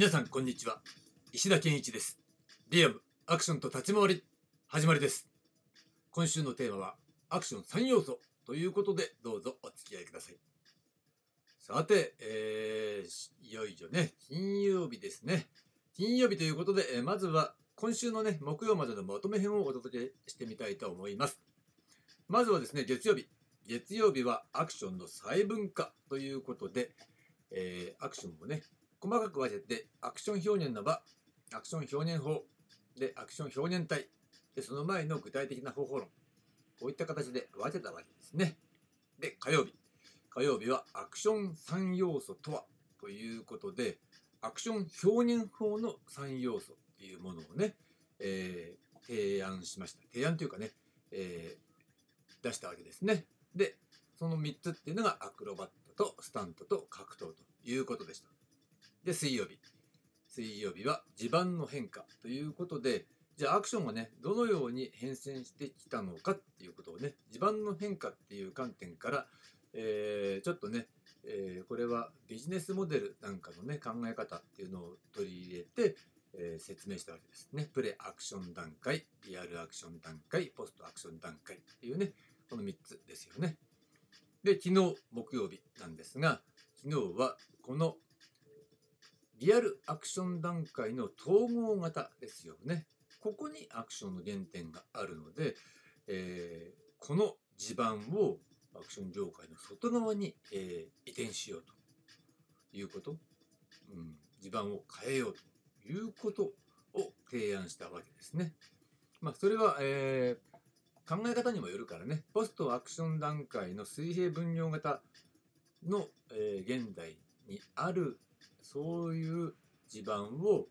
皆さんこんにちは。石田健一です。リアムアクションと立ち回り始まりです。今週のテーマはアクション3要素ということで、どうぞお付き合いください。さて、いよいよね金曜日ですね。金曜日ということで、まずは今週のね木曜までのまとめ編をお届けしてみたいと思います。まずはですね、月曜日はアクションの細分化ということで、アクションをね細かく分けて、アクション表現の場、アクション表現法で、アクション表現体で、その前の具体的な方法論、こういった形で分けたわけですね。で、火曜日はアクション3要素とはということで、アクション表現法の3要素というものをね、提案しました。提案というかね、出したわけですね。で、その3つっていうのがアクロバットとスタントと格闘ということでした。で、水曜日は地盤の変化ということで、じゃあアクションがねどのように変遷してきたのかっていうことをね、地盤の変化っていう観点から、ちょっとね、これはビジネスモデルなんかのね考え方っていうのを取り入れて、説明したわけですね。プレアクション段階、リアルアクション段階、ポストアクション段階っていうね、この3つですよね。で、昨日木曜日なんですが、昨日はこのリアルアクション段階の統合型ですよね。ここにアクションの原点があるので、この地盤をアクション業界の外側に、移転しようということ、地盤を変えようということを提案したわけですね。それは、考え方にもよるからね、ポストアクション段階の水平分業型の、現代にあるそういう地盤を、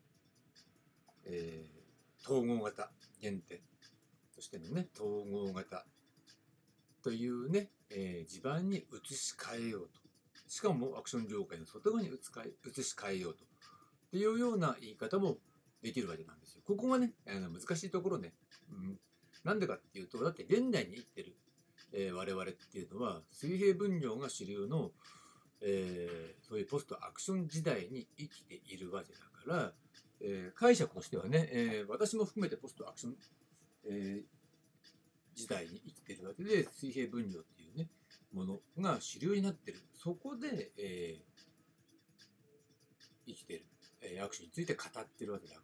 統合型原点としてのね統合型というね、地盤に移し替えようと、しかもアクション業界の外側に移し替えようとっていうような言い方もできるわけなんですよ。ここがね難しいところね、なんでかっていうと、だって現代に生きてる、我々っていうのは水平分業が主流の、そういうポストアクション時代に生きているわけだから、解釈としてはね、私も含めてポストアクション、時代に生きているわけで、水平分業っていうねものが主流になっている。そこで、生きている、アクションについて語ってるわけだから、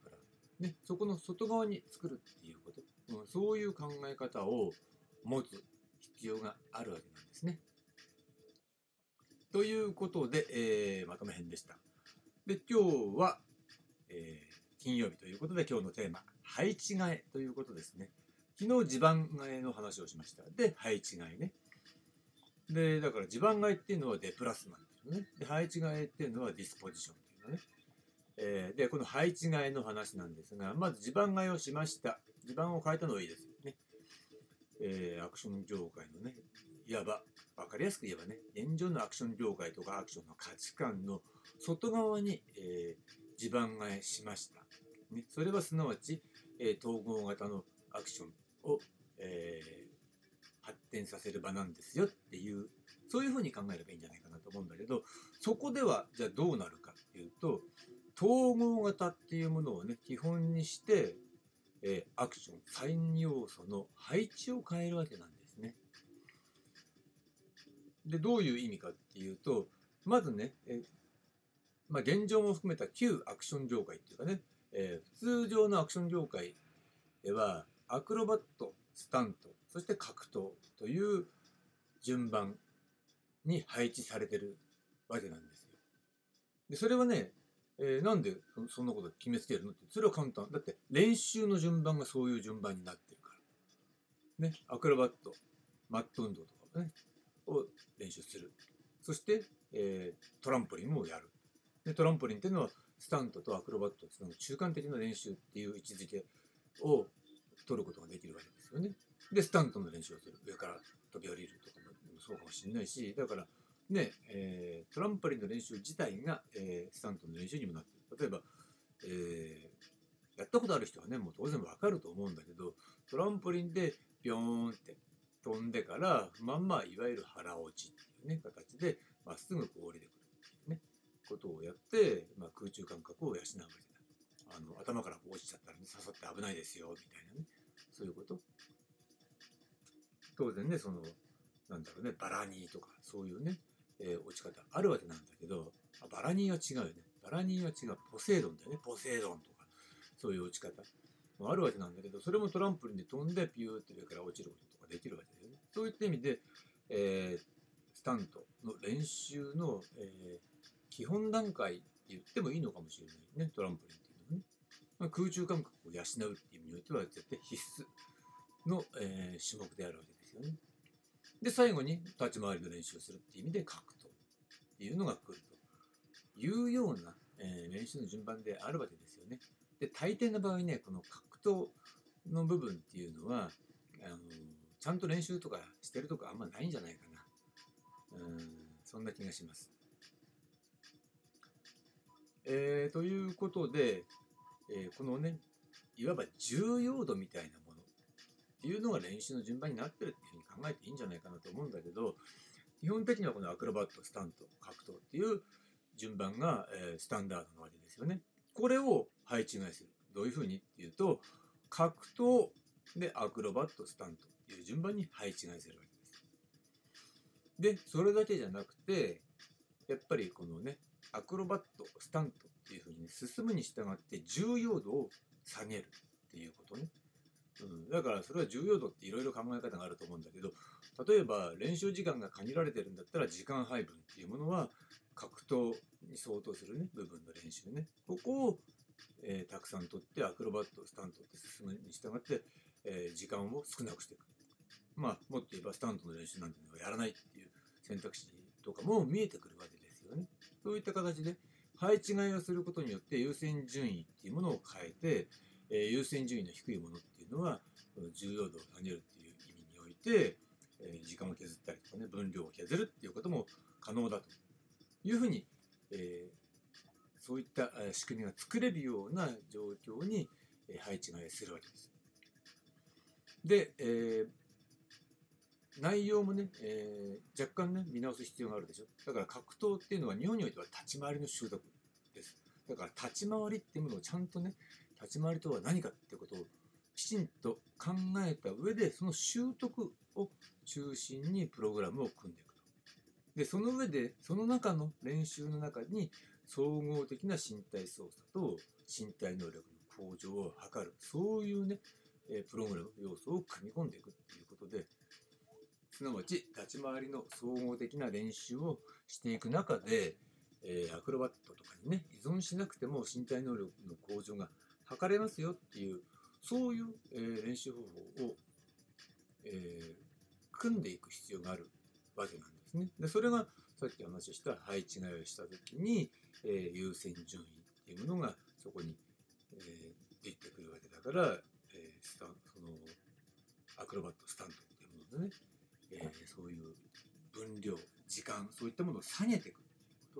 ね、そこの外側に作るっていうこと、そういう考え方を持つ必要があるわけなんですね。ということで、まとめ編でした。で、今日は、金曜日ということで、今日のテーマ、配置換えということですね。昨日地盤替えの話をしました。で、配置換えね。で、だから地盤替えっていうのはデプラスマンっていうのね。で、配置換えっていうのはディスポジションっていうのね。で、この配置換えの話なんですが、まず地盤替えをしました。地盤を変えたのはいいですよね。アクション業界のね、いわば分かりやすく言えばね、現状のアクション業界とかアクションの価値観の外側に、地盤替えしました。ね、それはすなわち、統合型のアクションを、発展させる場なんですよっていう、そういうふうに考えればいいんじゃないかなと思うんだけど、そこではじゃあどうなるかっていうと、統合型っていうものをね基本にして、アクション3要素の配置を変えるわけなんですね。で、どういう意味かっていうと、まずね、現状も含めた旧アクション業界っていうかね、普通常のアクション業界ではアクロバット、スタント、そして格闘という順番に配置されてるわけなんですよ。で、それはね、なんでそんなこと決めつけるのって、それは簡単。だって練習の順番がそういう順番になってるから。ね、アクロバット、マット運動とかね、を練習する。そして、トランポリンもやる。で、トランポリンっていうのはスタントとアクロバットっていうの中間的な練習っていう位置づけを取ることができるわけですよね。で、スタントの練習をする。上から飛び降りるとかもそうかもしれないし、だからね、トランポリンの練習自体が、スタントの練習にもなっている。例えば、やったことある人はね、もう当然わかると思うんだけど、トランポリンでビョーンって飛んでから、いわゆる腹落ちっていうね、形で、まっすぐこう降りてくるっていうね。 ことをやって、空中感覚を養うわけだ。頭から落ちちゃったらね、刺さって危ないですよみたいなね、そういうこと。当然ね、バラニーとかそういうね、落ち方あるわけなんだけど、バラニーは違うよね。バラニーは違う。ポセイドンだよね。ポセイドンとか、そういう落ち方もあるわけなんだけど、それもトランポリンで飛んでピューって上から落ちることとかできるわけだよね。そういった意味で、スタントの練習の、基本段階って言ってもいいのかもしれないね、トランポリンっていうのはね。空中感覚を養うっていう意味においては絶対必須の、種目であるわけですよね。で、最後に立ち回りの練習をするっていう意味で格闘っていうのが来るというような、練習の順番であるわけですよね。で、大抵の場合ね、この格闘の部分っていうのは、ちゃんと練習とかしてるとかあんまないんじゃないかな。そんな気がします。ということで、このね、いわば重要度みたいなものっていうのが練習の順番になってるっていうふうに考えていいんじゃないかなと思うんだけど、基本的にはこのアクロバット、スタント、格闘っていう順番が、スタンダードなわけですよね。これを配置換えする。どういうふうにっていうと、格闘でアクロバット、スタントっていう順番に配置換えするわけです。で、それだけじゃなくて、やっぱりこのね、アクロバット、スタントっていうふうに、ね、進むに従って重要度を下げるっていうことね。だからそれは重要度っていろいろ考え方があると思うんだけど、例えば練習時間が限られてるんだったら時間配分っていうものは格闘に相当するね部分の練習ね、ここを、たくさん取ってアクロバット、スタントって進むに従って、時間を少なくしていく。もっと言えばスタントの練習なんていうのはやらないっていう選択肢とかも見えてくるわけですよね。そういった形で配置換えをすることによって優先順位っていうものを変えて、優先順位の低いものっていうのは重要度を下げるっていう意味において、時間を削ったりとかね、分量を削るっていうことも可能だというふうに、そういった仕組みが作れるような状況に配置換えするわけです。で、内容もね、若干ね見直す必要があるでしょ。だから格闘っていうのは日本においては立ち回りの習得です。だから立ち回りっていうものをちゃんとね、立ち回りとは何かってことをきちんと考えた上で、その習得を中心にプログラムを組んでいくと。で、その上でその中の練習の中に総合的な身体操作と身体能力の向上を図る、そういうね、プログラム要素を組み込んでいくっていうことで、すなわち立ち回りの総合的な練習をしていく中で、アクロバットとかにね依存しなくても身体能力の向上が図れますよっていう、そういう、練習方法を、組んでいく必要があるわけなんですね。でそれがさっき話した配置換えをした時に、優先順位っていうものがそこに、出てくるわけだから、そのアクロバット、スタントっていうものでね、そういう分量、時間、そういったものを下げていくっていうこと。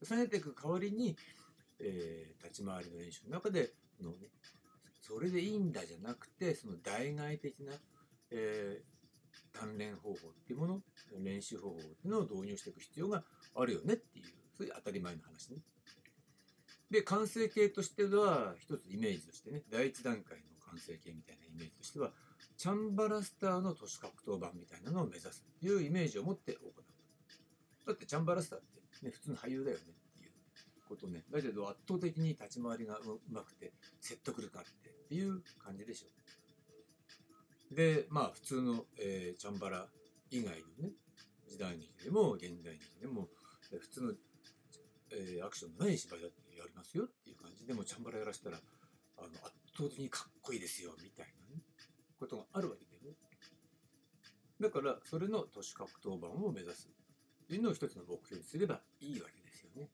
下げていく代わりに、立ち回りの練習の中での、ね、それでいいんだじゃなくて、その代替的な、鍛錬方法っていうもの、練習方法っていうのを導入していく必要があるよねっていう、そういう当たり前の話ね。で、完成形としては、一つイメージとしてね、第一段階の完成形みたいなイメージとしては、チャンバラスターの都市格闘版みたいなのを目指すというイメージを持って行う。だってチャンバラスターって、ね、普通の俳優だよねっていうことね。だけど圧倒的に立ち回りがうまくて説得力があってっていう感じでしょう。で、普通の、チャンバラ以外のね、時代劇でも現代劇でも普通の、アクションのない芝居だってやりますよっていう感じでもチャンバラやらせたら圧倒的にかっこいいですよみたいなね、ことがあるわけでね。だからそれの都市格闘版を目指すというのを一つの目標にすればいいわけですよね。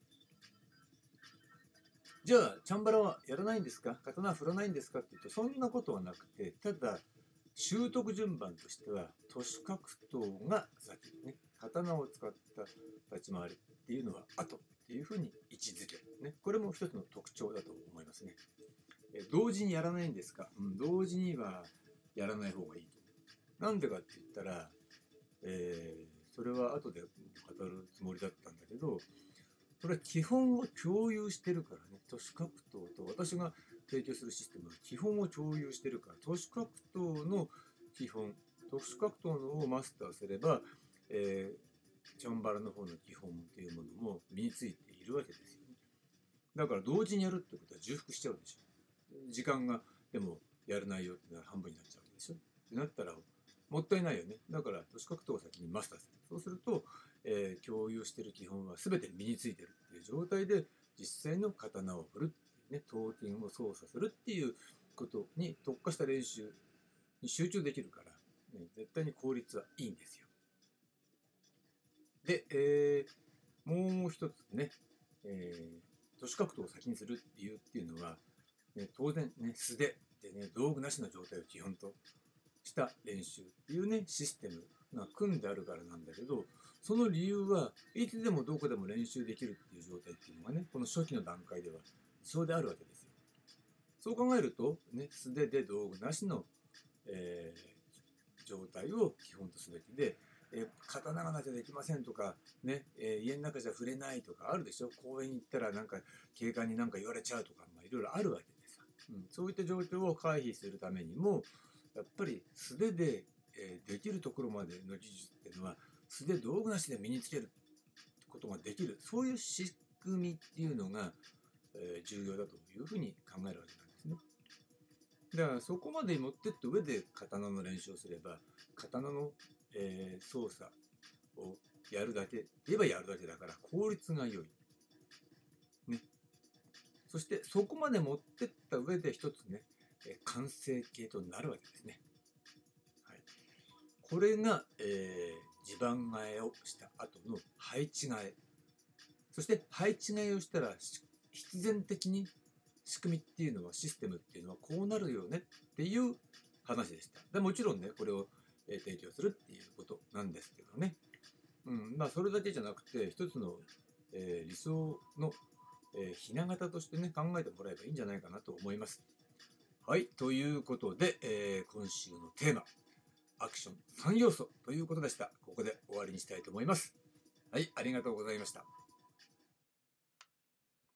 じゃあチャンバラはやらないんですか、刀は振らないんですかっていうと、そんなことはなくて、ただ習得順番としては都市格闘が先にね、刀を使った立ち回りっていうのは後っていうふうに位置づけるね。これも一つの特徴だと思いますね。同時にやらないんですか、同時にはやらない方がいいと。なんでかって言ったら、それは後で語るつもりだったんだけど、 それは基本を共有してるからね。都市格闘と私が提供するシステムは基本を共有してるから、都市格闘の基本、都市格闘のをマスターすれば、チャンバラの方の基本というものも身についているわけですよね。だから同時にやるってことは重複しちゃうでしょ。時間がでもやる内容ってのは半分になっちゃうわけでしょ。ってなったらもったいないよね。だから都市格闘を先にマスターする。そうすると、共有している基本は全て身についているっていう状態で実際の刀を振るっていうね、刀剣を操作するっていうことに特化した練習に集中できるから、ね、絶対に効率はいいんですよ。で、もう一つね、都市格闘を先にする理由っていうのは、ね、当然ね、素手でね、道具なしの状態を基本とした練習っていうね、システムが組んであるからなんだけど、その理由はいつでもどこでも練習できるっていう状態っていうのがね、この初期の段階では理想であるわけですよ。そう考えると、ね、素手で道具なしの、状態を基本とすべきで、刀がなきゃできませんとか、ね、家の中じゃ触れないとかあるでしょ。公園に行ったらなんか警官になんか言われちゃうとか、いろいろあるわけでさ、そういった状況を回避するためにも、やっぱり素手で、できるところまでの技術っていうのは素手道具なしで身につけることができる、そういう仕組みっていうのが、重要だというふうに考えるわけなんですね。だからそこまで持ってった上で刀の練習をすれば、刀の、操作をやるだけ言えばやるだけだから効率が良い、ね、そしてそこまで持ってった上で一つね、完成形となるわけですね。はい、これが、地盤替えをした後の配置替え、そして配置替えをしたら必然的に仕組みっていうのは、システムっていうのはこうなるよねっていう話でした。でもちろんね、これを提供するっていうことなんですけどね。それだけじゃなくて、一つの、理想の、ひな形としてね、考えてもらえばいいんじゃないかなと思います。はい、ということで、今週のテーマ、アクション3要素ということでした。ここで終わりにしたいと思います。はい、ありがとうございました。